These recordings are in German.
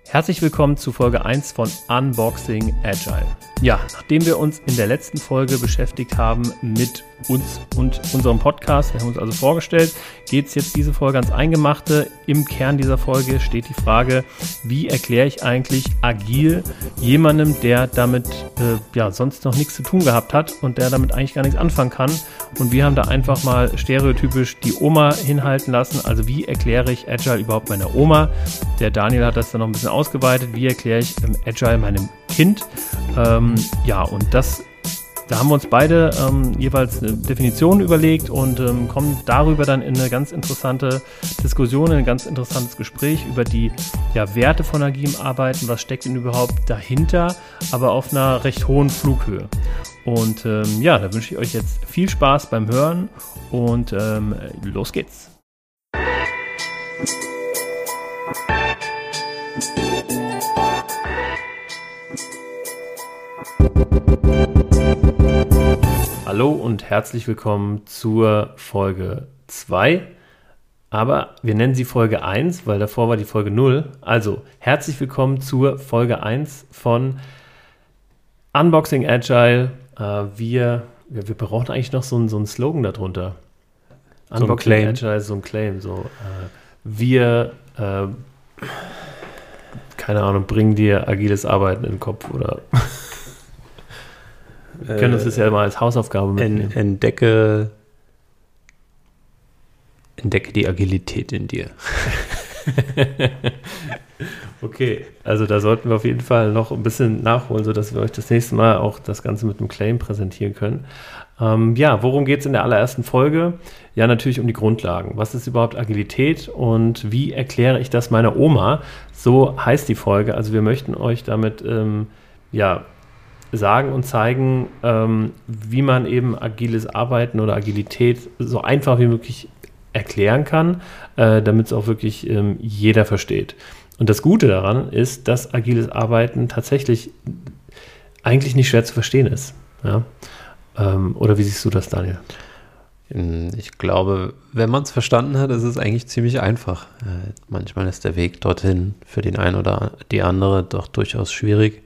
Herzlich willkommen zu Folge 1 von Unboxing Agile. Ja, nachdem wir uns in der letzten Folge beschäftigt haben mit uns und unserem Podcast, wir haben uns also vorgestellt, geht es jetzt diese Folge ans Eingemachte. Im Kern dieser Folge steht die Frage, wie erkläre ich eigentlich agil jemandem, der damit sonst noch nichts zu tun gehabt hat und der damit eigentlich gar nichts anfangen kann. Und wir haben da einfach mal stereotypisch die Oma hinhalten lassen. Also wie erkläre ich Agile überhaupt meiner Oma? Der Daniel hat das dann noch ein bisschen ausgeweitet. Wie erkläre ich Agile meinem Kind? Da haben wir uns beide jeweils eine Definition überlegt und kommen darüber dann in eine ganz interessante Diskussion, in ein ganz interessantes Gespräch über die Werte von agilem Arbeiten, was steckt denn überhaupt dahinter, aber auf einer recht hohen Flughöhe. Und da wünsche ich euch jetzt viel Spaß beim Hören und los geht's. Hallo und herzlich willkommen zur Folge 2, aber wir nennen sie Folge 1, weil davor war die Folge 0. Also herzlich willkommen zur Folge 1 von Unboxing Agile. Wir brauchen eigentlich noch so einen Slogan darunter. Unboxing Agile, so ein Claim. Keine Ahnung, bringen dir agiles Arbeiten in den Kopf oder... Wir können uns das ja mal als Hausaufgabe mitnehmen. Entdecke die Agilität in dir. Okay, also da sollten wir auf jeden Fall noch ein bisschen nachholen, sodass wir euch das nächste Mal auch das Ganze mit einem Claim präsentieren können. Worum geht es in der allerersten Folge? Ja, natürlich um die Grundlagen. Was ist überhaupt Agilität und wie erkläre ich das meiner Oma? So heißt die Folge. Also wir möchten euch damit sagen und zeigen, wie man eben agiles Arbeiten oder Agilität so einfach wie möglich erklären kann, damit es auch wirklich jeder versteht. Und das Gute daran ist, dass agiles Arbeiten tatsächlich eigentlich nicht schwer zu verstehen ist. Ja? Oder wie siehst du das, Daniel? Ich glaube, wenn man es verstanden hat, ist es eigentlich ziemlich einfach. Manchmal ist der Weg dorthin für den einen oder die andere doch durchaus schwierig.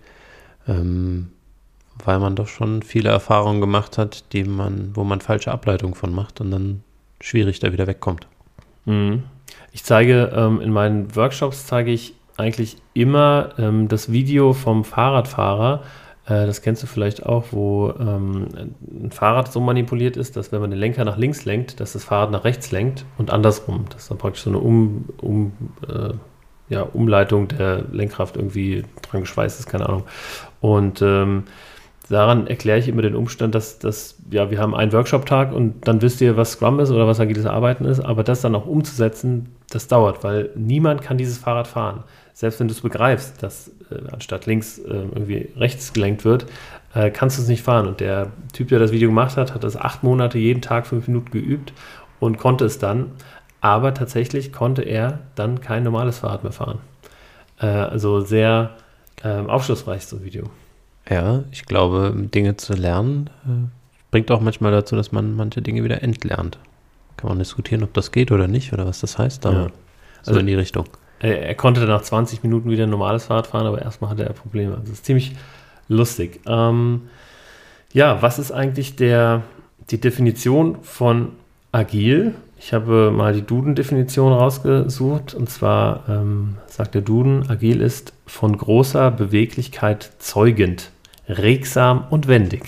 Weil man doch schon viele Erfahrungen gemacht hat, wo man falsche Ableitungen von macht und dann schwierig da wieder wegkommt. Ich zeige in meinen Workshops eigentlich immer das Video vom Fahrradfahrer. Das kennst du vielleicht auch, wo ein Fahrrad so manipuliert ist, dass wenn man den Lenker nach links lenkt, dass das Fahrrad nach rechts lenkt und andersrum. Das ist dann praktisch so eine Umleitung der Lenkkraft irgendwie dran geschweißt ist, keine Ahnung. Und daran erkläre ich immer den Umstand, dass wir haben einen Workshop-Tag und dann wisst ihr, was Scrum ist oder was agiles Arbeiten ist, aber das dann auch umzusetzen, das dauert, weil niemand kann dieses Fahrrad fahren. Selbst wenn du es begreifst, dass anstatt links irgendwie rechts gelenkt wird, kannst du es nicht fahren. Und der Typ, der das Video gemacht hat, hat das 8 Monate jeden Tag 5 Minuten geübt und konnte es dann, aber tatsächlich konnte er dann kein normales Fahrrad mehr fahren. Also sehr aufschlussreich so ein Video. Ja, ich glaube, Dinge zu lernen bringt auch manchmal dazu, dass man manche Dinge wieder entlernt. Kann man diskutieren, ob das geht oder nicht oder was das heißt, aber so in die Richtung. Er konnte dann nach 20 Minuten wieder ein normales Fahrrad fahren, aber erstmal hatte er Probleme. Also das ist ziemlich lustig. Was ist eigentlich die Definition von agil? Ich habe mal die Duden-Definition rausgesucht und zwar sagt der Duden, agil ist von großer Beweglichkeit zeugend, regsam und wendig.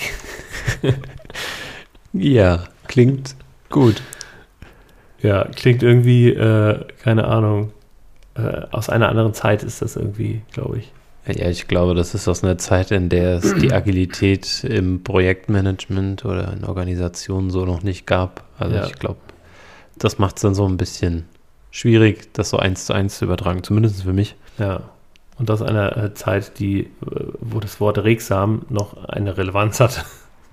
Ja, klingt gut. Ja, klingt irgendwie, keine Ahnung, aus einer anderen Zeit ist das irgendwie, glaube ich. Ja, ich glaube, das ist aus einer Zeit, in der es die Agilität im Projektmanagement oder in Organisationen so noch nicht gab. Also ich glaube, das macht es dann so ein bisschen schwierig, das so 1:1 zu übertragen, zumindest für mich. Ja, und aus einer Zeit, wo das Wort regsam noch eine Relevanz hat.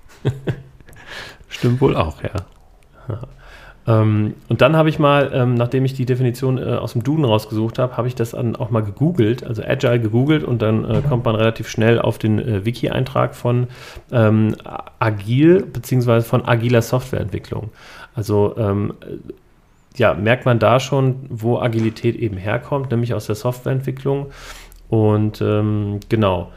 Stimmt wohl auch, ja. Und dann habe ich mal, nachdem ich die Definition aus dem Duden rausgesucht habe, habe ich das dann auch mal gegoogelt, also Agile gegoogelt und dann kommt man relativ schnell auf den Wiki-Eintrag von Agil beziehungsweise von agiler Softwareentwicklung. Also merkt man da schon, wo Agilität eben herkommt, nämlich aus der Softwareentwicklung. Und genau,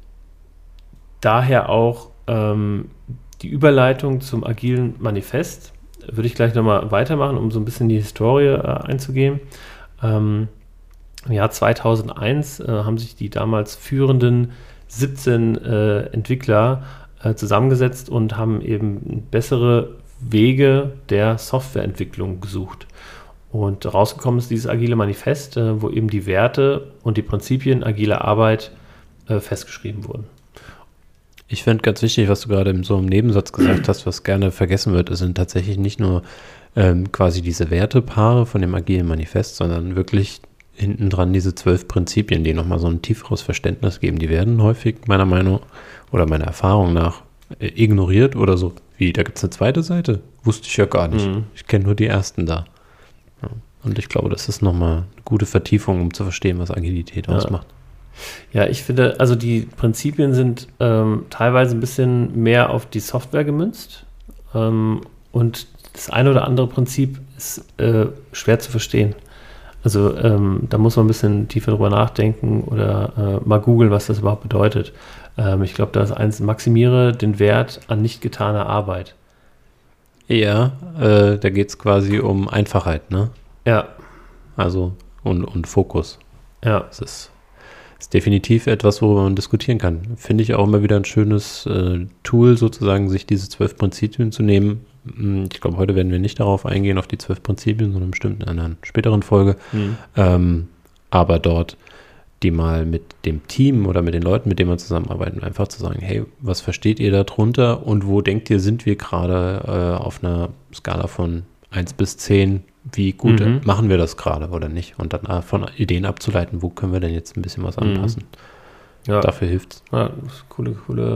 daher auch die Überleitung zum agilen Manifest. Würde ich gleich nochmal weitermachen, um so ein bisschen die Historie einzugehen. Im Jahr 2001 haben sich die damals führenden 17 Entwickler zusammengesetzt und haben eben bessere Wege der Softwareentwicklung gesucht. Und rausgekommen ist dieses agile Manifest, wo eben die Werte und die Prinzipien agiler Arbeit festgeschrieben wurden. Ich finde ganz wichtig, was du gerade in so einem Nebensatz gesagt hast, was gerne vergessen wird, es sind tatsächlich nicht nur quasi diese Wertepaare von dem agilen Manifest, sondern wirklich hinten dran diese 12 Prinzipien, die nochmal so ein tieferes Verständnis geben. Die werden häufig meiner Meinung oder meiner Erfahrung nach ignoriert oder so. Wie, da gibt es eine zweite Seite? Wusste ich ja gar nicht. Ich kenne nur die ersten da. Ja. Und ich glaube, das ist nochmal eine gute Vertiefung, um zu verstehen, was Agilität ausmacht. Ja, ich finde, also die Prinzipien sind teilweise ein bisschen mehr auf die Software gemünzt und das eine oder andere Prinzip ist schwer zu verstehen. Also da muss man ein bisschen tiefer drüber nachdenken oder mal googeln, was das überhaupt bedeutet. Ich glaube, da ist eins: maximiere den Wert an nicht getaner Arbeit. Ja, da geht es quasi um Einfachheit, ne? Ja. Also und Fokus. Ja. Das ist definitiv etwas, worüber man diskutieren kann. Finde ich auch immer wieder ein schönes Tool, sozusagen, sich diese 12 Prinzipien zu nehmen. Ich glaube, heute werden wir nicht darauf eingehen, auf die 12 Prinzipien, sondern bestimmt in einer späteren Folge. Aber dort die mal mit dem Team oder mit den Leuten, mit denen wir zusammenarbeiten, einfach zu sagen, hey, was versteht ihr da drunter und wo denkt ihr, sind wir gerade auf einer Skala von 1 bis 10, wie gut machen wir das gerade oder nicht? Und dann von Ideen abzuleiten, wo können wir denn jetzt ein bisschen was anpassen? Ja. Dafür hilft's. Ja, das ist eine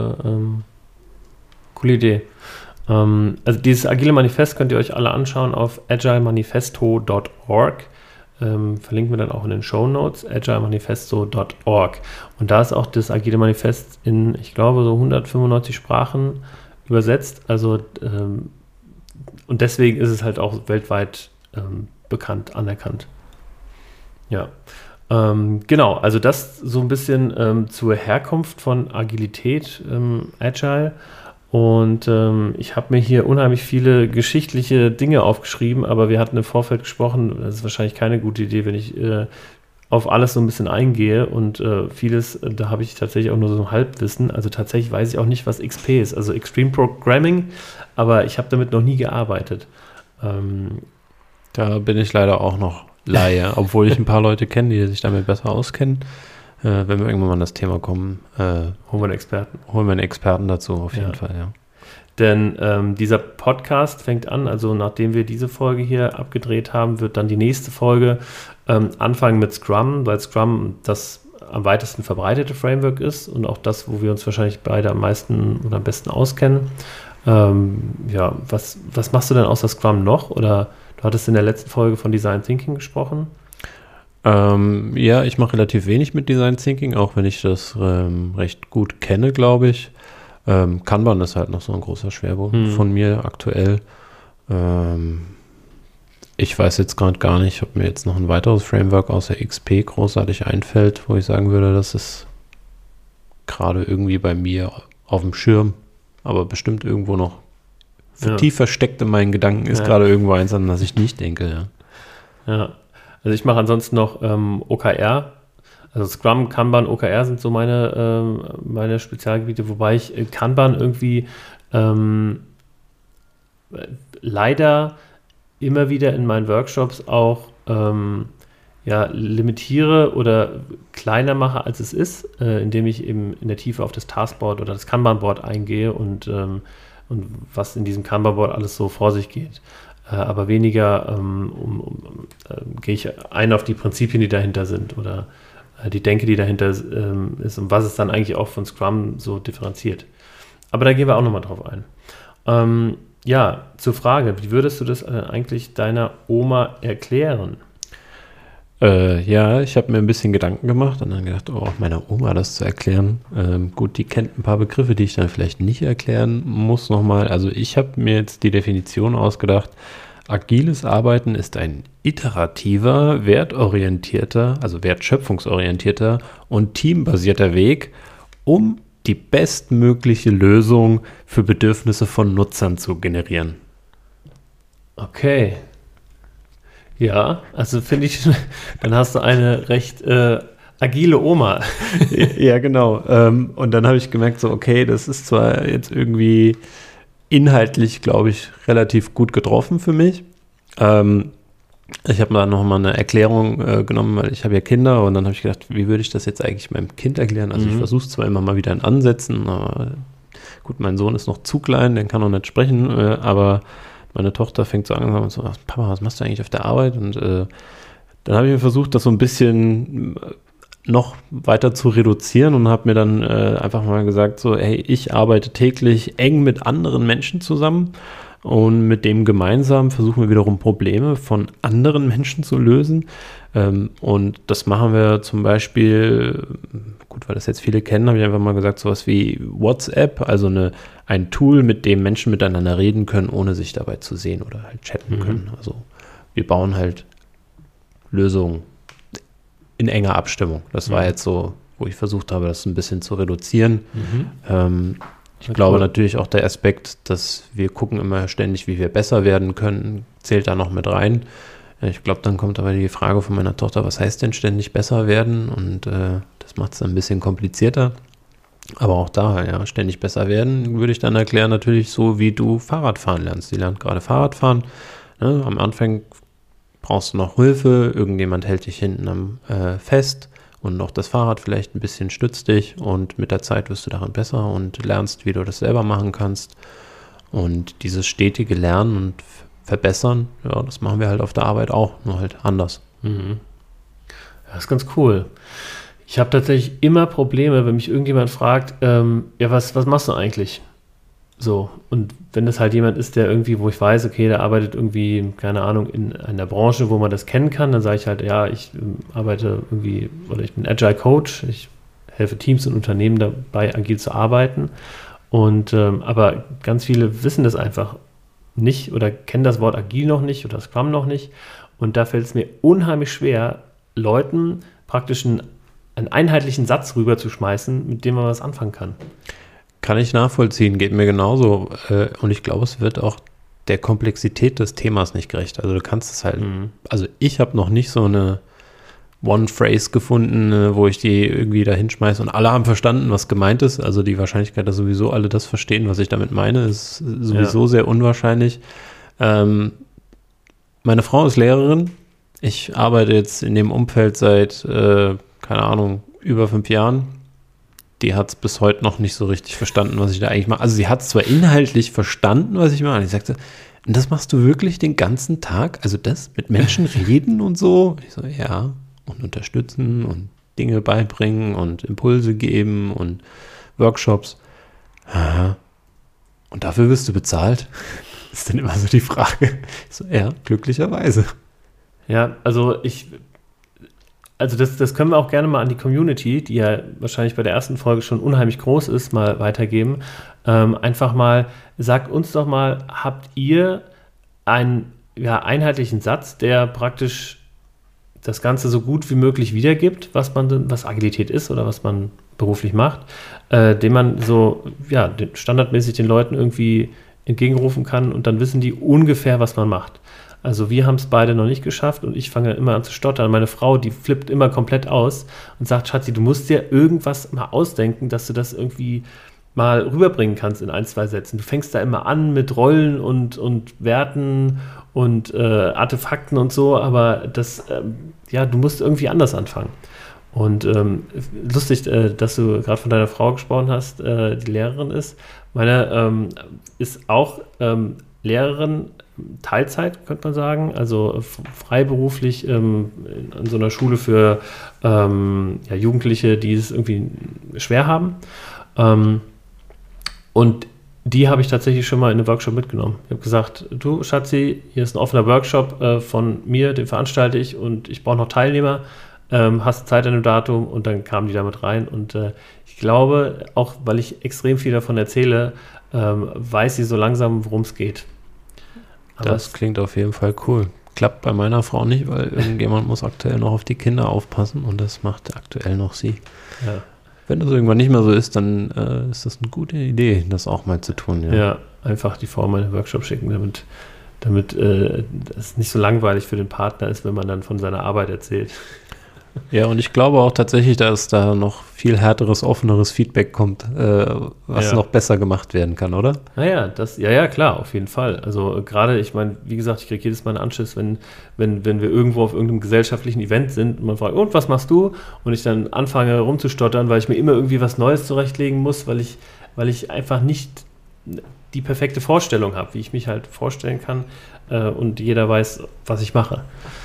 coole Idee. Also dieses agile Manifest könnt ihr euch alle anschauen auf agilemanifesto.org. Verlinken wir dann auch in den Shownotes, agilemanifesto.org. Und da ist auch das agile Manifest in, ich glaube, so 195 Sprachen übersetzt. Also und deswegen ist es halt auch weltweit bekannt, anerkannt. Ja, genau. Also das so ein bisschen zur Herkunft von Agilität, Agile. Und ich habe mir hier unheimlich viele geschichtliche Dinge aufgeschrieben, aber wir hatten im Vorfeld gesprochen, das ist wahrscheinlich keine gute Idee, wenn ich auf alles so ein bisschen eingehe und vieles, da habe ich tatsächlich auch nur so ein Halbwissen. Also tatsächlich weiß ich auch nicht, was XP ist, also Extreme Programming, aber ich habe damit noch nie gearbeitet. Da bin ich leider auch noch Laie, obwohl ich ein paar Leute kenne, die sich damit besser auskennen. Wenn wir irgendwann mal an das Thema kommen, holen wir einen Experten. Holen wir einen Experten dazu, auf jeden Fall, ja. Denn dieser Podcast fängt an, also nachdem wir diese Folge hier abgedreht haben, wird dann die nächste Folge anfangen mit Scrum, weil Scrum das am weitesten verbreitete Framework ist und auch das, wo wir uns wahrscheinlich beide am meisten oder am besten auskennen. Ja, was machst du denn außer Scrum noch? Oder du hattest in der letzten Folge von Design Thinking gesprochen. Ja, ich mache relativ wenig mit Design Thinking, auch wenn ich das recht gut kenne, glaube ich. Kanban ist halt noch so ein großer Schwerpunkt von mir aktuell. Ich weiß jetzt gerade gar nicht, ob mir jetzt noch ein weiteres Framework außer XP großartig einfällt, wo ich sagen würde, das ist gerade irgendwie bei mir auf dem Schirm, aber bestimmt irgendwo noch tief versteckt in meinen Gedanken ist gerade irgendwo eins, an das ich nicht denke. Ja. Also ich mache ansonsten noch OKR, also Scrum, Kanban, OKR sind so meine Spezialgebiete, wobei ich Kanban irgendwie leider immer wieder in meinen Workshops auch limitiere oder kleiner mache, als es ist, indem ich eben in der Tiefe auf das Taskboard oder das Kanban-Board eingehe und was in diesem Kanban-Board alles so vor sich geht. Aber weniger gehe ich ein auf die Prinzipien, die dahinter sind oder die Denke, die dahinter ist und was es dann eigentlich auch von Scrum so differenziert. Aber da gehen wir auch nochmal drauf ein. Zur Frage, wie würdest du das eigentlich deiner Oma erklären? Ich habe mir ein bisschen Gedanken gemacht und dann gedacht, meiner Oma das zu erklären. Gut, die kennt ein paar Begriffe, die ich dann vielleicht nicht erklären muss nochmal. Also ich habe mir jetzt die Definition ausgedacht. Agiles Arbeiten ist ein iterativer, wertschöpfungsorientierter und teambasierter Weg, um die bestmögliche Lösung für Bedürfnisse von Nutzern zu generieren. Okay. Ja, also finde ich, dann hast du eine recht agile Oma. Ja, genau. Und dann habe ich gemerkt, so, okay, das ist zwar jetzt irgendwie inhaltlich, glaube ich, relativ gut getroffen für mich. Ich habe da nochmal eine Erklärung genommen, weil ich habe ja Kinder und dann habe ich gedacht, wie würde ich das jetzt eigentlich meinem Kind erklären? Also ich versuche es zwar immer mal wieder in Ansätzen, aber gut, mein Sohn ist noch zu klein, der kann noch nicht sprechen, aber meine Tochter fängt so an, so, Papa, was machst du eigentlich auf der Arbeit? Und dann habe ich mir versucht, das so ein bisschen noch weiter zu reduzieren und habe mir dann einfach mal gesagt, so, hey, ich arbeite täglich eng mit anderen Menschen zusammen und mit dem gemeinsam versuchen wir wiederum Probleme von anderen Menschen zu lösen. Und das machen wir zum Beispiel, gut, weil das jetzt viele kennen, habe ich einfach mal gesagt, sowas wie WhatsApp, also ein Tool, mit dem Menschen miteinander reden können, ohne sich dabei zu sehen oder halt chatten können. Also wir bauen halt Lösungen in enger Abstimmung. Das war jetzt so, wo ich versucht habe, das ein bisschen zu reduzieren. Ich glaube natürlich auch der Aspekt, dass wir gucken immer ständig, wie wir besser werden können, zählt da noch mit rein. Ich glaube, dann kommt aber die Frage von meiner Tochter, was heißt denn ständig besser werden? Und das macht es ein bisschen komplizierter. Aber auch da, ja, ständig besser werden, würde ich dann erklären, natürlich so, wie du Fahrradfahren lernst. Die lernt gerade Fahrradfahren. Ne? Am Anfang brauchst du noch Hilfe, irgendjemand hält dich hinten fest und auch das Fahrrad vielleicht ein bisschen stützt dich und mit der Zeit wirst du darin besser und lernst, wie du das selber machen kannst. Und dieses stetige Lernen und Verbessern, ja, das machen wir halt auf der Arbeit auch, nur halt anders. Mhm. Das ist ganz cool. Ich habe tatsächlich immer Probleme, wenn mich irgendjemand fragt, ja, was machst du eigentlich? So, und wenn das halt jemand ist, der irgendwie, wo ich weiß, okay, der arbeitet irgendwie, keine Ahnung, in einer Branche, wo man das kennen kann, dann sage ich halt, ja, ich arbeite irgendwie, oder ich bin Agile Coach, ich helfe Teams und Unternehmen dabei, agil zu arbeiten. Und aber ganz viele wissen das einfach nicht oder kennen das Wort agil noch nicht oder Scrum noch nicht. Und da fällt es mir unheimlich schwer, Leuten praktisch einen einheitlichen Satz rüberzuschmeißen, mit dem man was anfangen kann. Kann ich nachvollziehen, geht mir genauso. Und ich glaube, es wird auch der Komplexität des Themas nicht gerecht. Also du kannst es halt, also ich habe noch nicht so eine One-Phrase gefunden, wo ich die irgendwie da hinschmeiße und alle haben verstanden, was gemeint ist. Also die Wahrscheinlichkeit, dass sowieso alle das verstehen, was ich damit meine, ist sowieso sehr unwahrscheinlich. Meine Frau ist Lehrerin. Ich arbeite jetzt in dem Umfeld seit, keine Ahnung, über 5 Jahren. Die hat es bis heute noch nicht so richtig verstanden, was ich da eigentlich mache. Also sie hat es zwar inhaltlich verstanden, was ich mache. Ich sagte, das machst du wirklich den ganzen Tag? Also das mit Menschen reden und so? Ich so, ja, und unterstützen und Dinge beibringen und Impulse geben und Workshops. Aha. Und dafür wirst du bezahlt? Ist dann immer so die Frage. Ich so, ja, glücklicherweise. Ja, also das können wir auch gerne mal an die Community, die ja wahrscheinlich bei der ersten Folge schon unheimlich groß ist, mal weitergeben. Einfach mal, sagt uns doch mal, habt ihr einen einheitlichen Satz, der praktisch das Ganze so gut wie möglich wiedergibt, was Agilität ist oder was man beruflich macht, den man so standardmäßig den Leuten irgendwie entgegenrufen kann und dann wissen die ungefähr, was man macht. Also wir haben es beide noch nicht geschafft und ich fange immer an zu stottern. Meine Frau, die flippt immer komplett aus und sagt, Schatzi, du musst dir irgendwas mal ausdenken, dass du das irgendwie mal rüberbringen kannst in 1, 2 Sätzen. Du fängst da immer an mit Rollen und Werten und Artefakten und so, aber du musst irgendwie anders anfangen. Und lustig, dass du gerade von deiner Frau gesprochen hast, die Lehrerin ist. Meine ist auch Lehrerin, Teilzeit, könnte man sagen, also freiberuflich an so einer Schule für Jugendliche, die es irgendwie schwer haben. Und die habe ich tatsächlich schon mal in einem Workshop mitgenommen. Ich habe gesagt, du Schatzi, hier ist ein offener Workshop von mir, den veranstalte ich und ich brauche noch Teilnehmer, hast Zeit an dem Datum und dann kamen die damit rein und ich glaube, auch weil ich extrem viel davon erzähle, weiß sie so langsam, worum es geht. Aber das klingt auf jeden Fall cool. Klappt bei meiner Frau nicht, weil irgendjemand muss aktuell noch auf die Kinder aufpassen und das macht aktuell noch sie. Ja. Wenn das irgendwann nicht mehr so ist, dann ist das eine gute Idee, das auch mal zu tun. Ja, einfach die Frau mal in den Workshop schicken, damit es nicht so langweilig für den Partner ist, wenn man dann von seiner Arbeit erzählt. Ja, und ich glaube auch tatsächlich, dass da noch viel härteres, offeneres Feedback kommt, was noch besser gemacht werden kann, oder? Naja, ja, klar, auf jeden Fall. Also gerade, ich meine, wie gesagt, ich kriege jedes Mal einen Anschiss, wenn wir irgendwo auf irgendeinem gesellschaftlichen Event sind und man fragt, und was machst du? Und ich dann anfange rumzustottern, weil ich mir immer irgendwie was Neues zurechtlegen muss, weil ich einfach nicht die perfekte Vorstellung habe, wie ich mich halt vorstellen kann, und jeder weiß, was ich mache.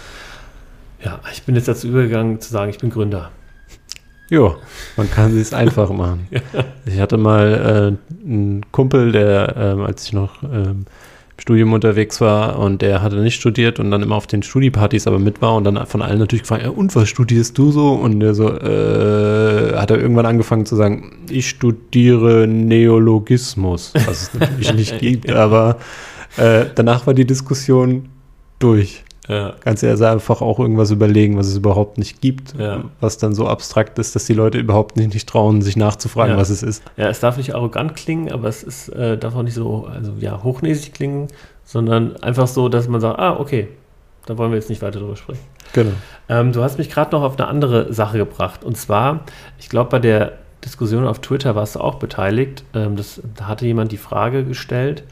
Ja, ich bin jetzt dazu übergegangen zu sagen, ich bin Gründer. Jo, man kann es einfach machen. Ja. Ich hatte mal einen Kumpel, der, als ich noch im Studium unterwegs war und der hatte nicht studiert und dann immer auf den Studiepartys aber mit war und dann von allen natürlich gefragt, ja, und was studierst du so? Und der so, hat er irgendwann angefangen zu sagen, ich studiere Neologismus, was es natürlich nicht gibt, aber danach war die Diskussion durch. Ja. Kannst du ja einfach auch irgendwas überlegen, was es überhaupt nicht gibt, was dann so abstrakt ist, dass die Leute überhaupt nicht trauen, sich nachzufragen, was es ist. Ja, es darf nicht arrogant klingen, aber es ist, darf auch nicht so hochnäsig klingen, sondern einfach so, dass man sagt, okay, da wollen wir jetzt nicht weiter drüber sprechen. Genau. Du hast mich gerade noch auf eine andere Sache gebracht, und zwar, ich glaube, bei der Diskussion auf Twitter warst du auch beteiligt, da hatte jemand die Frage gestellt,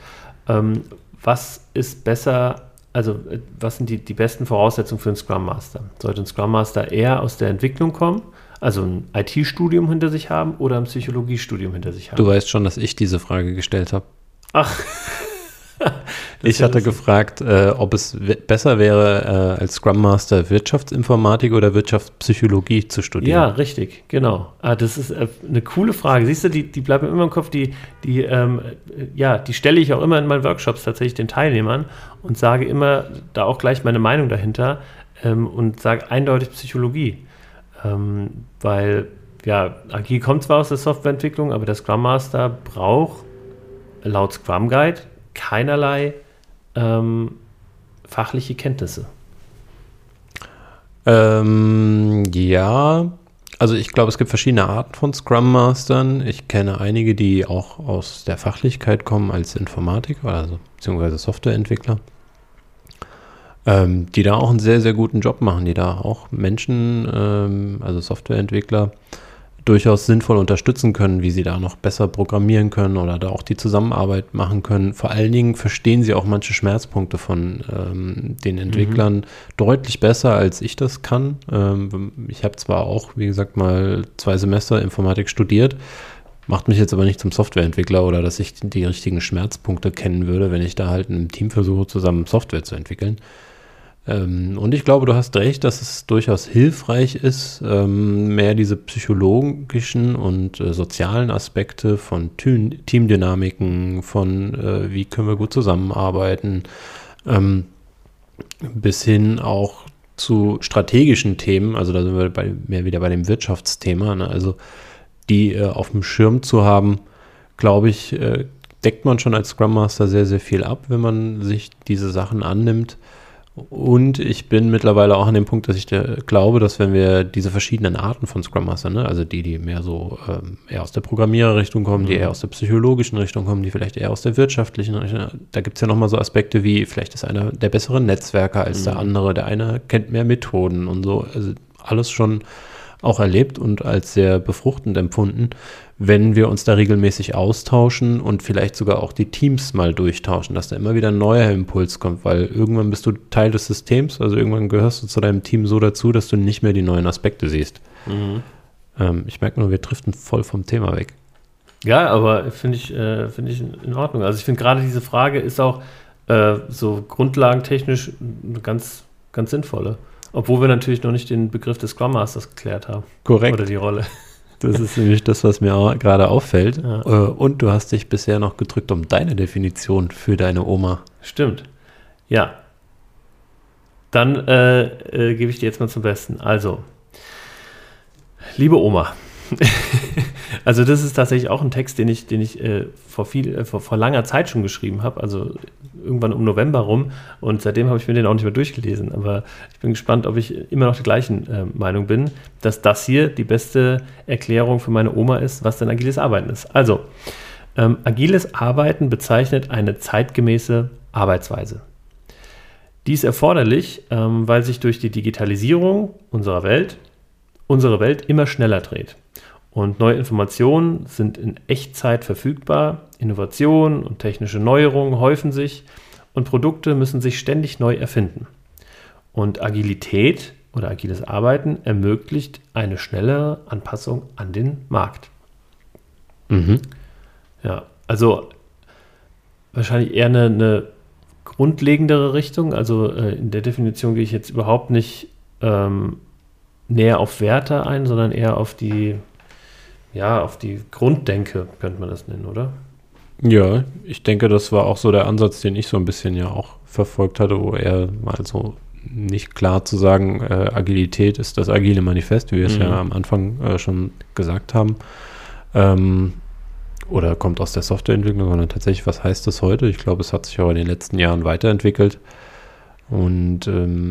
was ist besser. Also, was sind die besten Voraussetzungen für einen Scrum Master? Sollte ein Scrum Master eher aus der Entwicklung kommen, also ein IT-Studium hinter sich haben oder ein Psychologiestudium hinter sich haben? Du weißt schon, dass ich diese Frage gestellt habe. Ach. Ich hatte gefragt, ob es besser wäre, als Scrum Master Wirtschaftsinformatik oder Wirtschaftspsychologie zu studieren. Ja, richtig, genau. Das ist eine coole Frage. Siehst du, die bleibt mir immer im Kopf, die stelle ich auch immer in meinen Workshops tatsächlich den Teilnehmern und sage immer da auch gleich meine Meinung dahinter, und sage eindeutig Psychologie. Weil, Agil kommt zwar aus der Softwareentwicklung, aber der Scrum Master braucht laut Scrum Guide keinerlei fachliche Kenntnisse. Ja, also ich glaube, es gibt verschiedene Arten von Scrum Mastern. Ich kenne einige, die auch aus der Fachlichkeit kommen als Informatiker, also beziehungsweise Softwareentwickler, die da auch einen sehr, sehr guten Job machen, die da auch Menschen, also Softwareentwickler, durchaus sinnvoll unterstützen können, wie sie da noch besser programmieren können oder da auch die Zusammenarbeit machen können. Vor allen Dingen verstehen sie auch manche Schmerzpunkte von den Entwicklern deutlich besser, als ich das kann. Ich habe zwar auch, wie gesagt, mal 2 Semester Informatik studiert, macht mich jetzt aber nicht zum Softwareentwickler oder dass ich die richtigen Schmerzpunkte kennen würde, wenn ich da halt in einem Team versuche, zusammen Software zu entwickeln. Und ich glaube, du hast recht, dass es durchaus hilfreich ist, mehr diese psychologischen und sozialen Aspekte von Teamdynamiken, von wie können wir gut zusammenarbeiten, bis hin auch zu strategischen Themen, also da sind wir mehr wieder bei dem Wirtschaftsthema, ne? Also die auf dem Schirm zu haben, glaube ich, deckt man schon als Scrum Master sehr, sehr viel ab, wenn man sich diese Sachen annimmt. Und ich bin mittlerweile auch an dem Punkt, dass ich glaube, dass wenn wir diese verschiedenen Arten von Scrum Master, ne, also die mehr so eher aus der Programmiererrichtung kommen, die eher aus der psychologischen Richtung kommen, die vielleicht eher aus der wirtschaftlichen Richtung, da gibt es ja nochmal so Aspekte wie, vielleicht ist einer der bessere Netzwerker als der andere, der eine kennt mehr Methoden und so, also alles schon auch erlebt und als sehr befruchtend empfunden, wenn wir uns da regelmäßig austauschen und vielleicht sogar auch die Teams mal durchtauschen, dass da immer wieder ein neuer Impuls kommt, weil irgendwann bist du Teil des Systems, also irgendwann gehörst du zu deinem Team so dazu, dass du nicht mehr die neuen Aspekte siehst. Ich merke nur, wir driften voll vom Thema weg. Ja, aber finde ich in Ordnung. Also ich finde gerade diese Frage ist auch so grundlagentechnisch eine ganz, ganz sinnvolle. Obwohl wir natürlich noch nicht den Begriff des Scrum Masters geklärt haben. Korrekt. Oder die Rolle. Das ist nämlich das, was mir auch gerade auffällt. Ja. Und du hast dich bisher noch gedrückt um deine Definition für deine Oma. Stimmt. Ja. Dann gebe ich dir jetzt mal zum Besten. Also, liebe Oma, Also das ist tatsächlich auch ein Text, den ich vor langer Zeit schon geschrieben habe, also irgendwann um November rum, und seitdem habe ich mir den auch nicht mehr durchgelesen, aber ich bin gespannt, ob ich immer noch der gleichen Meinung bin, dass das hier die beste Erklärung für meine Oma ist, was denn agiles Arbeiten ist. Also, agiles Arbeiten bezeichnet eine zeitgemäße Arbeitsweise. Dies erforderlich, weil sich durch die Digitalisierung unsere Welt immer schneller dreht. Und neue Informationen sind in Echtzeit verfügbar, Innovationen und technische Neuerungen häufen sich und Produkte müssen sich ständig neu erfinden. Und Agilität oder agiles Arbeiten ermöglicht eine schnellere Anpassung an den Markt. Mhm. Ja, also wahrscheinlich eher eine grundlegendere Richtung. Also in der Definition gehe ich jetzt überhaupt nicht näher auf Werte ein, sondern eher auf die Grunddenke, könnte man das nennen, oder? Ja, ich denke, das war auch so der Ansatz, den ich so ein bisschen ja auch verfolgt hatte, wo er mal so nicht klar zu sagen, Agilität ist das agile Manifest, wie wir es ja am Anfang schon gesagt haben, oder kommt aus der Softwareentwicklung, sondern tatsächlich, was heißt das heute? Ich glaube, es hat sich auch in den letzten Jahren weiterentwickelt und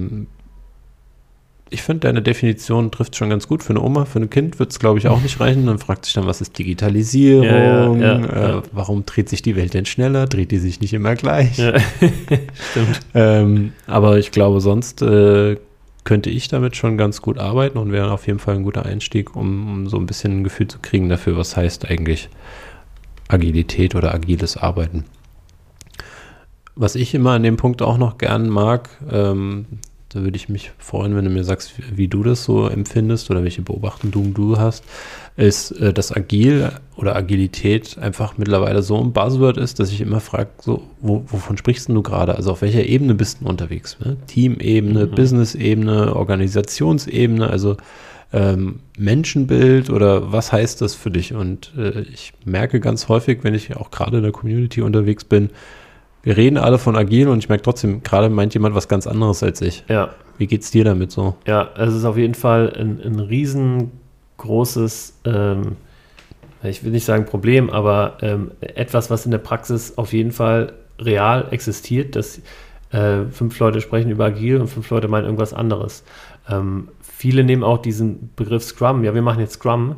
ich finde, deine Definition trifft schon ganz gut. Für eine Oma, für ein Kind wird es, glaube ich, auch nicht reichen. Man fragt sich dann, was ist Digitalisierung? Warum dreht sich die Welt denn schneller? Dreht die sich nicht immer gleich? Ja. Stimmt. Aber ich glaube, sonst könnte ich damit schon ganz gut arbeiten und wäre auf jeden Fall ein guter Einstieg, um so ein bisschen ein Gefühl zu kriegen dafür, was heißt eigentlich Agilität oder agiles Arbeiten. Was ich immer an dem Punkt auch noch gern mag, da würde ich mich freuen, wenn du mir sagst, wie du das so empfindest oder welche Beobachtungen du hast, ist, dass Agil oder Agilität einfach mittlerweile so ein Buzzword ist, dass ich immer frage, so, wovon sprichst du gerade? Also auf welcher Ebene bist du unterwegs? Ne? Teamebene, Business-Ebene, Organisationsebene, also Menschenbild oder was heißt das für dich? Und ich merke ganz häufig, wenn ich auch gerade in der Community unterwegs bin, wir reden alle von agil und ich merke trotzdem, gerade meint jemand was ganz anderes als ich. Ja. Wie geht's dir damit so? Ja, es ist auf jeden Fall ein riesengroßes, ich will nicht sagen Problem, aber etwas, was in der Praxis auf jeden Fall real existiert, dass 5 Leute sprechen über agil und 5 Leute meinen irgendwas anderes. Viele nehmen auch diesen Begriff Scrum, ja, wir machen jetzt Scrum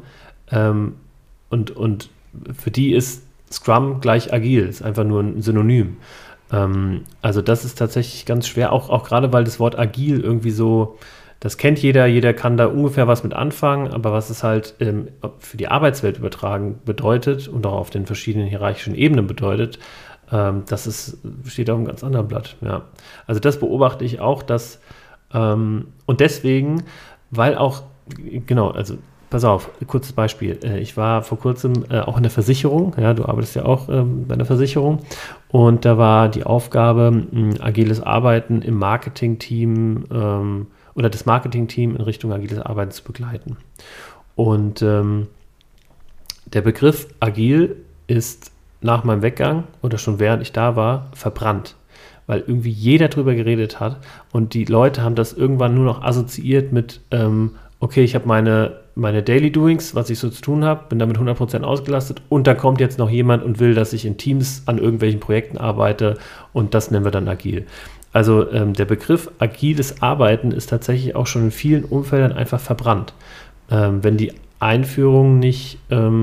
und für die ist Scrum gleich agil, ist einfach nur ein Synonym. Also das ist tatsächlich ganz schwer, auch gerade, weil das Wort agil irgendwie so, das kennt jeder kann da ungefähr was mit anfangen, aber was es halt für die Arbeitswelt übertragen bedeutet und auch auf den verschiedenen hierarchischen Ebenen bedeutet, steht auf einem ganz anderen Blatt. Ja. Also das beobachte ich auch, dass und deswegen, weil auch, genau, also pass auf, kurzes Beispiel. Ich war vor kurzem auch in der Versicherung. Ja, du arbeitest ja auch bei einer Versicherung. Und da war die Aufgabe, agiles Arbeiten im Marketingteam oder das Marketingteam in Richtung agiles Arbeiten zu begleiten. Und der Begriff agil ist nach meinem Weggang oder schon während ich da war, verbrannt. Weil irgendwie jeder drüber geredet hat und die Leute haben das irgendwann nur noch assoziiert mit okay, ich habe meine Daily Doings, was ich so zu tun habe, bin damit 100% ausgelastet und da kommt jetzt noch jemand und will, dass ich in Teams an irgendwelchen Projekten arbeite und das nennen wir dann agil. Also der Begriff agiles Arbeiten ist tatsächlich auch schon in vielen Umfeldern einfach verbrannt. Wenn die Einführung nicht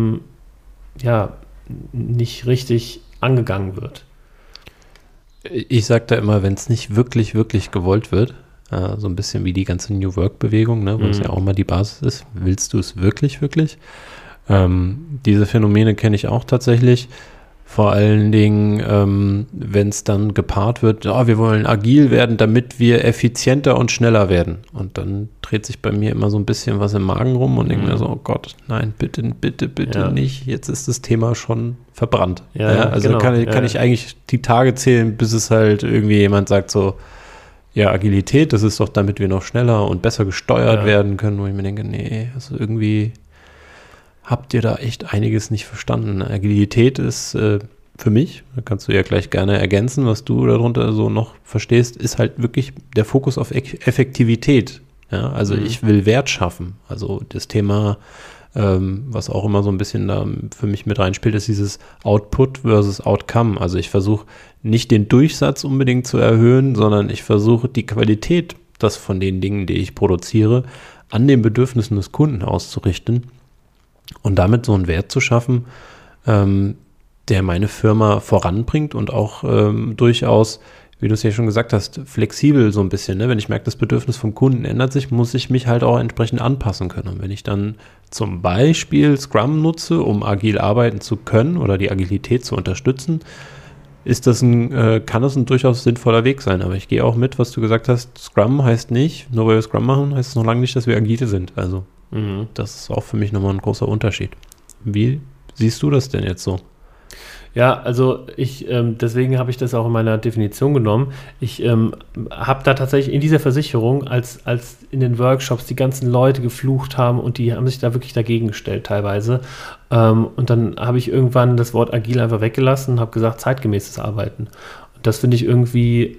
richtig angegangen wird. Ich sage da immer, wenn es nicht wirklich, wirklich gewollt wird, so ein bisschen wie die ganze New Work-Bewegung, ne, wo es ja auch mal die Basis ist. Willst du es wirklich, wirklich? Diese Phänomene kenne ich auch tatsächlich. Vor allen Dingen, wenn es dann gepaart wird, wir wollen agil werden, damit wir effizienter und schneller werden. Und dann dreht sich bei mir immer so ein bisschen was im Magen rum und denke mir so, oh Gott, nein, bitte nicht. Jetzt ist das Thema schon verbrannt. Also genau, kann ich eigentlich die Tage zählen, bis es halt irgendwie jemand sagt so, ja, Agilität, das ist doch, damit wir noch schneller und besser gesteuert werden können, wo ich mir denke, nee, also irgendwie habt ihr da echt einiges nicht verstanden. Agilität ist für mich, da kannst du ja gleich gerne ergänzen, was du darunter so noch verstehst, ist halt wirklich der Fokus auf Effektivität. Ja, also ich will Wert schaffen. Also das Thema Was auch immer so ein bisschen da für mich mit reinspielt, ist dieses Output versus Outcome. Also ich versuche nicht den Durchsatz unbedingt zu erhöhen, sondern ich versuche die Qualität, das von den Dingen, die ich produziere, an den Bedürfnissen des Kunden auszurichten und damit so einen Wert zu schaffen, der meine Firma voranbringt und auch durchaus, wie du es ja schon gesagt hast, flexibel so ein bisschen. Ne? Wenn ich merke, das Bedürfnis vom Kunden ändert sich, muss ich mich halt auch entsprechend anpassen können. Und wenn ich dann zum Beispiel Scrum nutze, um agil arbeiten zu können oder die Agilität zu unterstützen, kann das ein durchaus sinnvoller Weg sein. Aber ich gehe auch mit, was du gesagt hast, Scrum heißt nicht, nur weil wir Scrum machen, heißt es noch lange nicht, dass wir agile sind. Also das ist auch für mich nochmal ein großer Unterschied. Wie siehst du das denn jetzt so? Ja, also deswegen habe ich das auch in meiner Definition genommen. Ich habe da tatsächlich in dieser Versicherung, als in den Workshops die ganzen Leute geflucht haben und die haben sich da wirklich dagegen gestellt teilweise. Und dann habe ich irgendwann das Wort agil einfach weggelassen und habe gesagt, zeitgemäßes Arbeiten. Und das finde ich irgendwie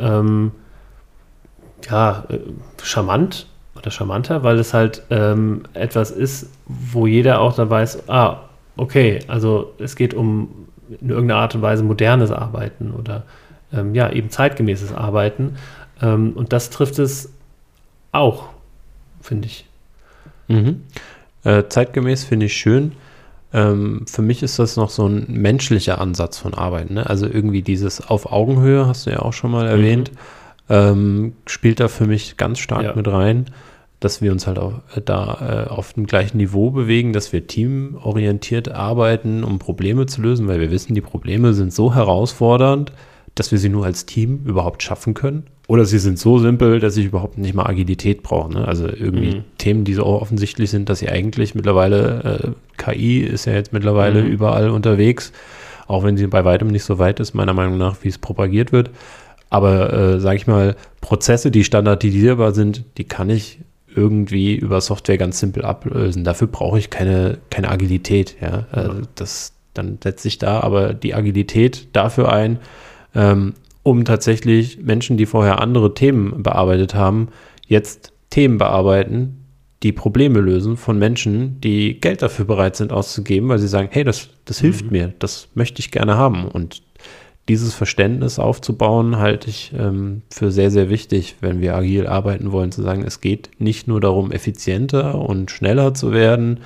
charmant oder charmanter, weil es halt etwas ist, wo jeder auch dann weiß, okay, also es geht um in irgendeiner Art und Weise modernes Arbeiten oder eben zeitgemäßes Arbeiten. Und das trifft es auch, finde ich. Zeitgemäß finde ich schön. Für mich ist das noch so ein menschlicher Ansatz von Arbeiten. Ne? Also irgendwie dieses auf Augenhöhe, hast du ja auch schon mal erwähnt, spielt da für mich ganz stark mit rein, dass wir uns halt auch auf dem gleichen Niveau bewegen, dass wir teamorientiert arbeiten, um Probleme zu lösen, weil wir wissen, die Probleme sind so herausfordernd, dass wir sie nur als Team überhaupt schaffen können. Oder sie sind so simpel, dass ich überhaupt nicht mal Agilität brauche. Ne? Also irgendwie Themen, die so offensichtlich sind, dass sie eigentlich mittlerweile, KI ist ja jetzt mittlerweile überall unterwegs, auch wenn sie bei weitem nicht so weit ist, meiner Meinung nach, wie es propagiert wird. Aber, sage ich mal, Prozesse, die standardisierbar sind, die kann ich irgendwie über Software ganz simpel ablösen. Dafür brauche ich keine Agilität. Ja? Dann setze ich da aber die Agilität dafür ein, um tatsächlich Menschen, die vorher andere Themen bearbeitet haben, jetzt Themen bearbeiten, die Probleme lösen von Menschen, die Geld dafür bereit sind auszugeben, weil sie sagen, hey, das hilft mir, das möchte ich gerne haben. Und dieses Verständnis aufzubauen, halte ich für sehr, sehr wichtig, wenn wir agil arbeiten wollen, zu sagen, es geht nicht nur darum, effizienter und schneller zu werden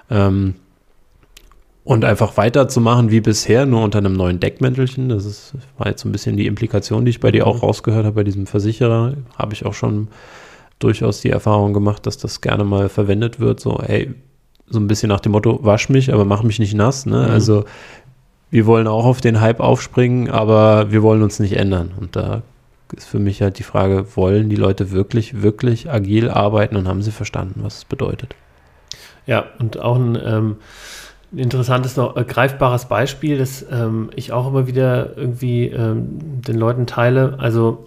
und einfach weiterzumachen wie bisher, nur unter einem neuen Deckmäntelchen. War jetzt so ein bisschen die Implikation, die ich bei dir auch rausgehört habe, bei diesem Versicherer. Habe ich auch schon durchaus die Erfahrung gemacht, dass das gerne mal verwendet wird, so ein bisschen nach dem Motto, wasch mich, aber mach mich nicht nass. Ne? Also wir wollen auch auf den Hype aufspringen, aber wir wollen uns nicht ändern. Und da ist für mich halt die Frage, wollen die Leute wirklich, wirklich agil arbeiten und haben sie verstanden, was es bedeutet? Ja, und auch ein interessantes, noch greifbares Beispiel, das ich auch immer wieder irgendwie den Leuten teile. Also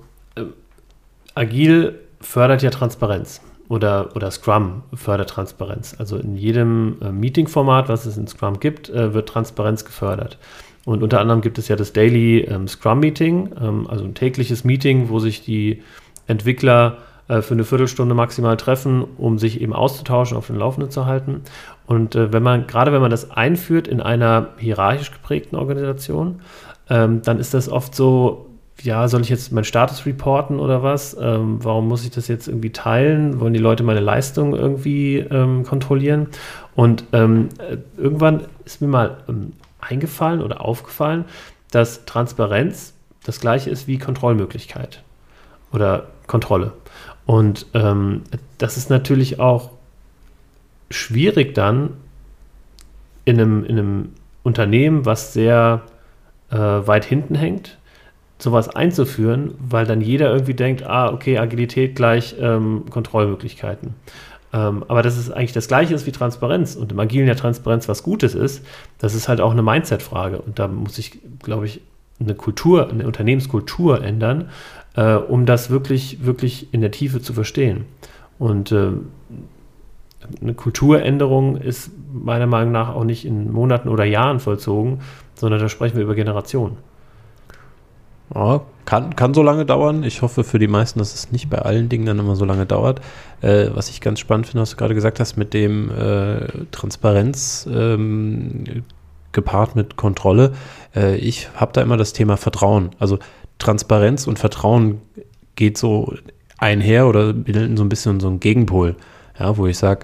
agil fördert ja Transparenz. Oder Scrum fördert Transparenz. Also in jedem Meeting-Format, was es in Scrum gibt, wird Transparenz gefördert. Und unter anderem gibt es ja das Daily Scrum-Meeting, also ein tägliches Meeting, wo sich die Entwickler für eine Viertelstunde maximal treffen, um sich eben auszutauschen, auf den Laufenden zu halten. Und wenn man das einführt in einer hierarchisch geprägten Organisation, dann ist das oft so, ja, soll ich jetzt meinen Status reporten oder was? Warum muss ich das jetzt irgendwie teilen? Wollen die Leute meine Leistung irgendwie kontrollieren? Und irgendwann ist mir mal eingefallen oder aufgefallen, dass Transparenz das gleiche ist wie Kontrollmöglichkeit oder Kontrolle. Und das ist natürlich auch schwierig dann in einem Unternehmen, was sehr weit hinten hängt, sowas einzuführen, weil dann jeder irgendwie denkt, okay, Agilität gleich Kontrollmöglichkeiten. Aber dass es eigentlich das Gleiche ist wie Transparenz und im Agilen ja Transparenz was Gutes ist, das ist halt auch eine Mindset-Frage. Und da muss ich, glaube ich, eine Unternehmenskultur ändern, um das wirklich, wirklich in der Tiefe zu verstehen. Und eine Kulturänderung ist meiner Meinung nach auch nicht in Monaten oder Jahren vollzogen, sondern da sprechen wir über Generationen. Ja, kann so lange dauern. Ich hoffe für die meisten, dass es nicht bei allen Dingen dann immer so lange dauert. Was ich ganz spannend finde, was du gerade gesagt hast, mit dem Transparenz gepaart mit Kontrolle. Ich habe da immer das Thema Vertrauen. Also Transparenz und Vertrauen geht so einher oder bilden so ein bisschen so einen Gegenpol. Ja, wo ich sage,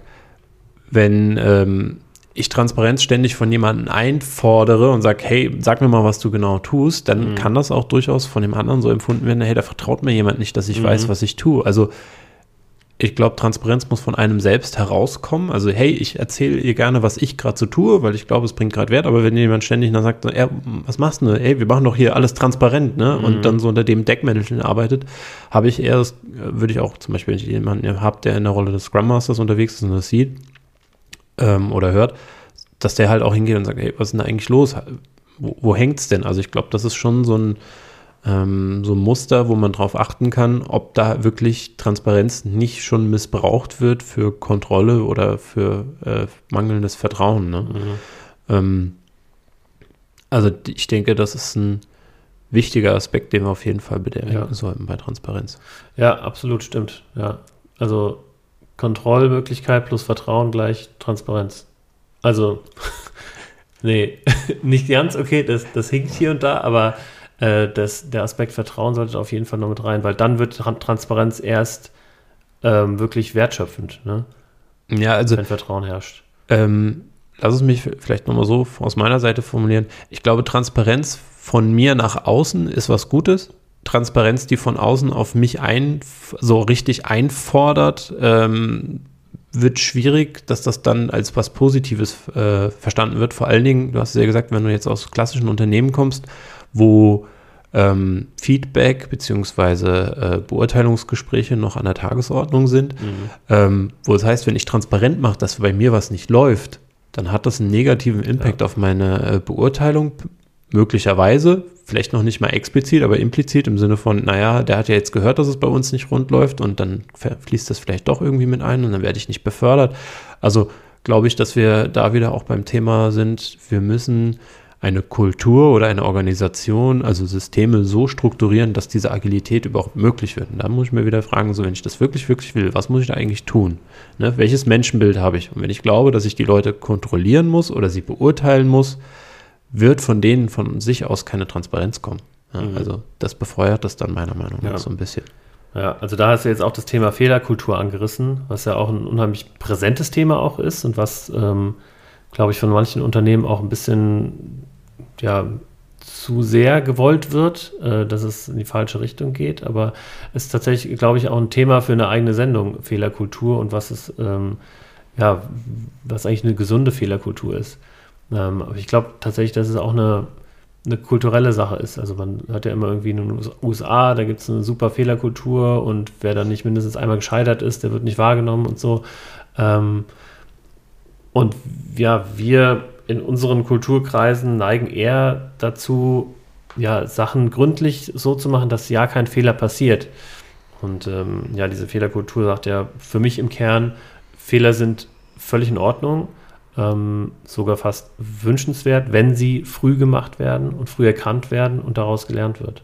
wenn ich Transparenz ständig von jemandem einfordere und sage, hey, sag mir mal, was du genau tust, dann kann das auch durchaus von dem anderen so empfunden werden, hey, da vertraut mir jemand nicht, dass ich weiß, was ich tue. Also ich glaube, Transparenz muss von einem selbst herauskommen. Also hey, ich erzähle ihr gerne, was ich gerade so tue, weil ich glaube, es bringt gerade Wert. Aber wenn jemand ständig dann sagt, was machst du? Ey, wir machen doch hier alles transparent, ne? Und dann so unter dem Deckmäntelchen arbeitet, habe ich eher, würde ich auch zum Beispiel, wenn ich jemanden habe, der in der Rolle des Scrum Masters unterwegs ist und das sieht, oder hört, dass der halt auch hingeht und sagt, hey, was ist denn da eigentlich los? Wo hängt's denn? Also ich glaube, das ist schon so ein Muster, wo man drauf achten kann, ob da wirklich Transparenz nicht schon missbraucht wird für Kontrolle oder für mangelndes Vertrauen. Ne? Also ich denke, das ist ein wichtiger Aspekt, den wir auf jeden Fall bedenken sollten bei Transparenz. Ja, absolut, stimmt. Ja, also Kontrollmöglichkeit plus Vertrauen gleich Transparenz. Also, nee, nicht ganz, okay, das hinkt hier und da, aber der Aspekt Vertrauen sollte auf jeden Fall noch mit rein, weil dann wird Transparenz erst wirklich wertschöpfend, ne? Ja, also wenn Vertrauen herrscht. Lass es mich vielleicht nochmal so aus meiner Seite formulieren. Ich glaube, Transparenz von mir nach außen ist was Gutes. Transparenz, die von außen auf mich so richtig einfordert, wird schwierig, dass das dann als was Positives verstanden wird. Vor allen Dingen, du hast es ja gesagt, wenn du jetzt aus klassischen Unternehmen kommst, wo Feedback bzw. Beurteilungsgespräche noch an der Tagesordnung sind, wo es heißt, wenn ich transparent mache, dass bei mir was nicht läuft, dann hat das einen negativen Impact auf meine Beurteilung, möglicherweise, vielleicht noch nicht mal explizit, aber implizit im Sinne von, naja, der hat ja jetzt gehört, dass es bei uns nicht rund läuft und dann fließt das vielleicht doch irgendwie mit ein und dann werde ich nicht befördert. Also glaube ich, dass wir da wieder auch beim Thema sind, wir müssen eine Kultur oder eine Organisation, also Systeme so strukturieren, dass diese Agilität überhaupt möglich wird. Und da muss ich mir wieder fragen, so wenn ich das wirklich, wirklich will, was muss ich da eigentlich tun? Ne? Welches Menschenbild habe ich? Und wenn ich glaube, dass ich die Leute kontrollieren muss oder sie beurteilen muss, wird von denen von sich aus keine Transparenz kommen. Ja, also das befeuert das dann meiner Meinung nach so ein bisschen. Ja, also da hast du jetzt auch das Thema Fehlerkultur angerissen, was ja auch ein unheimlich präsentes Thema auch ist und was, glaube ich, von manchen Unternehmen auch ein bisschen zu sehr gewollt wird, dass es in die falsche Richtung geht. Aber es ist tatsächlich, glaube ich, auch ein Thema für eine eigene Sendung, Fehlerkultur und was ist, was eigentlich eine gesunde Fehlerkultur ist. Aber ich glaube tatsächlich, dass es auch eine kulturelle Sache ist. Also man hört ja immer irgendwie in den USA, da gibt es eine super Fehlerkultur und wer dann nicht mindestens einmal gescheitert ist, der wird nicht wahrgenommen und so. Und ja, wir in unseren Kulturkreisen neigen eher dazu, Sachen gründlich so zu machen, dass kein Fehler passiert. Und diese Fehlerkultur sagt ja für mich im Kern, Fehler sind völlig in Ordnung, sogar fast wünschenswert, wenn sie früh gemacht werden und früh erkannt werden und daraus gelernt wird.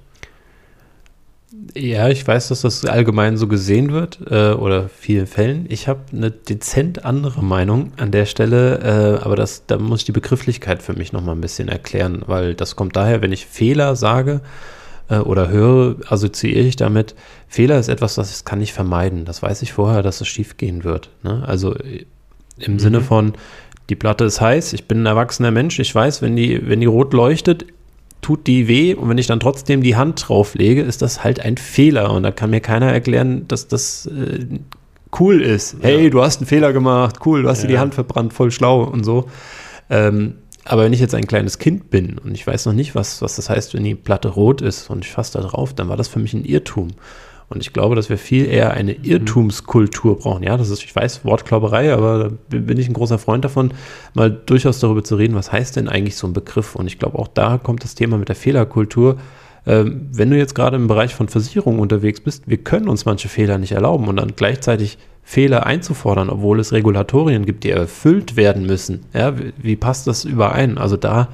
Ja, ich weiß, dass das allgemein so gesehen wird oder vielen Fällen. Ich habe eine dezent andere Meinung an der Stelle, aber da muss ich die Begrifflichkeit für mich noch mal ein bisschen erklären, weil das kommt daher, wenn ich Fehler sage oder höre, assoziiere ich damit, Fehler ist etwas, das kann ich vermeiden. Das weiß ich vorher, dass es schief gehen wird. Ne? Also im Sinne von, die Platte ist heiß, ich bin ein erwachsener Mensch, ich weiß, wenn die rot leuchtet, tut die weh und wenn ich dann trotzdem die Hand drauflege, ist das halt ein Fehler und da kann mir keiner erklären, dass das cool ist. Hey, du hast einen Fehler gemacht, cool, du hast dir die Hand verbrannt, voll schlau und so. Aber wenn ich jetzt ein kleines Kind bin und ich weiß noch nicht, was das heißt, wenn die Platte rot ist und ich fasse da drauf, dann war das für mich ein Irrtum. Und ich glaube, dass wir viel eher eine Irrtumskultur brauchen. Ja, das ist, ich weiß, Wortklauberei, aber da bin ich ein großer Freund davon, mal durchaus darüber zu reden, was heißt denn eigentlich so ein Begriff? Und ich glaube, auch da kommt das Thema mit der Fehlerkultur. Wenn du jetzt gerade im Bereich von Versicherungen unterwegs bist, wir können uns manche Fehler nicht erlauben und dann gleichzeitig Fehler einzufordern, obwohl es Regulatorien gibt, die erfüllt werden müssen. Ja, wie passt das überein? Also da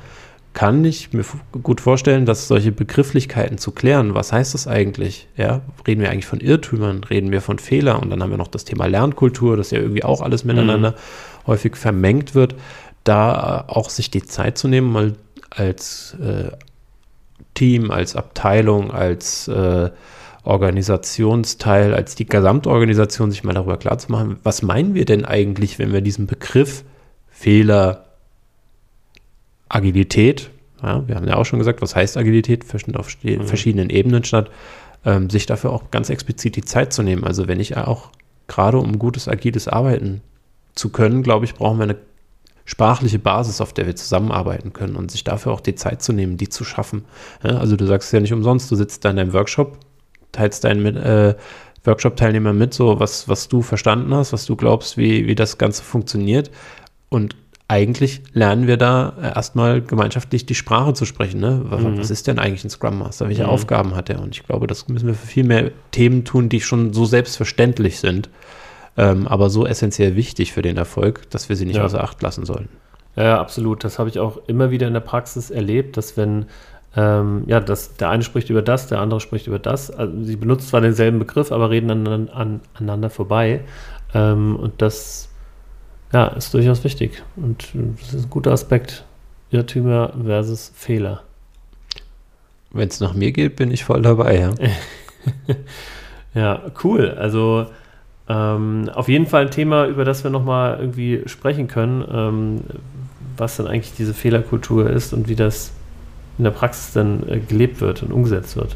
kann ich mir gut vorstellen, dass solche Begrifflichkeiten zu klären, was heißt das eigentlich? Ja, reden wir eigentlich von Irrtümern, reden wir von Fehlern und dann haben wir noch das Thema Lernkultur, das ja irgendwie auch alles miteinander häufig vermengt wird, da auch sich die Zeit zu nehmen, mal als Team, als Abteilung, als Organisationsteil, als die Gesamtorganisation sich mal darüber klar zu machen, was meinen wir denn eigentlich, wenn wir diesen Begriff Fehler, Agilität, ja, wir haben ja auch schon gesagt, was heißt Agilität, findet auf verschiedenen Ebenen statt, sich dafür auch ganz explizit die Zeit zu nehmen. Also wenn ich auch gerade um gutes, agiles Arbeiten zu können, glaube ich, brauchen wir eine sprachliche Basis, auf der wir zusammenarbeiten können und sich dafür auch die Zeit zu nehmen, die zu schaffen. Ja, also du sagst es ja nicht umsonst, du sitzt da in deinem Workshop, teilst deinen Workshop-Teilnehmern mit, so was du verstanden hast, was du glaubst, wie das Ganze funktioniert. Und eigentlich lernen wir da erstmal gemeinschaftlich die Sprache zu sprechen. Ne? Was ist denn eigentlich ein Scrum Master? Welche Aufgaben hat er? Und ich glaube, das müssen wir für viel mehr Themen tun, die schon so selbstverständlich sind, aber so essentiell wichtig für den Erfolg, dass wir sie nicht außer Acht lassen sollen. Ja, absolut. Das habe ich auch immer wieder in der Praxis erlebt, dass wenn dass der eine spricht über das, der andere spricht über das. Also sie benutzen zwar denselben Begriff, aber reden aneinander vorbei. Und das ist durchaus wichtig. Und das ist ein guter Aspekt. Irrtümer versus Fehler. Wenn es nach mir geht, bin ich voll dabei, ja. Ja, cool. Also auf jeden Fall ein Thema, über das wir nochmal irgendwie sprechen können, was dann eigentlich diese Fehlerkultur ist und wie das in der Praxis dann gelebt wird und umgesetzt wird.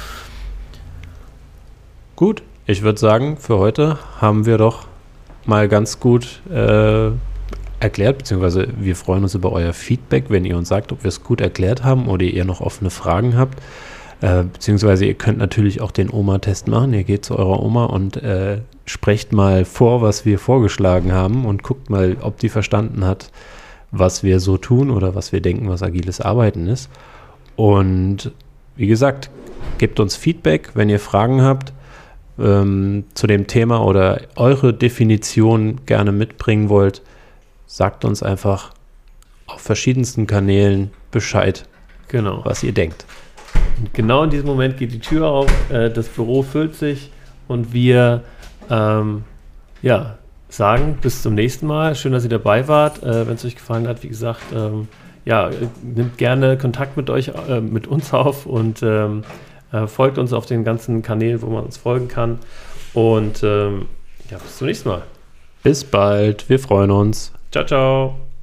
Gut, ich würde sagen, für heute haben wir doch mal ganz gut erklärt, beziehungsweise wir freuen uns über euer Feedback, wenn ihr uns sagt, ob wir es gut erklärt haben oder ihr noch offene Fragen habt. Beziehungsweise ihr könnt natürlich auch den Oma-Test machen. Ihr geht zu eurer Oma und sprecht mal vor, was wir vorgeschlagen haben und guckt mal, ob die verstanden hat, was wir so tun oder was wir denken, was agiles Arbeiten ist. Und wie gesagt, gebt uns Feedback, wenn ihr Fragen habt zu dem Thema oder eure Definition gerne mitbringen wollt. Sagt uns einfach auf verschiedensten Kanälen Bescheid, was ihr denkt. Und genau in diesem Moment geht die Tür auf, das Büro füllt sich und wir sagen bis zum nächsten Mal. Schön, dass ihr dabei wart. Wenn es euch gefallen hat, wie gesagt, nehmt gerne Kontakt mit uns auf und folgt uns auf den ganzen Kanälen, wo man uns folgen kann. Und bis zum nächsten Mal. Bis bald. Wir freuen uns. Ciao, ciao.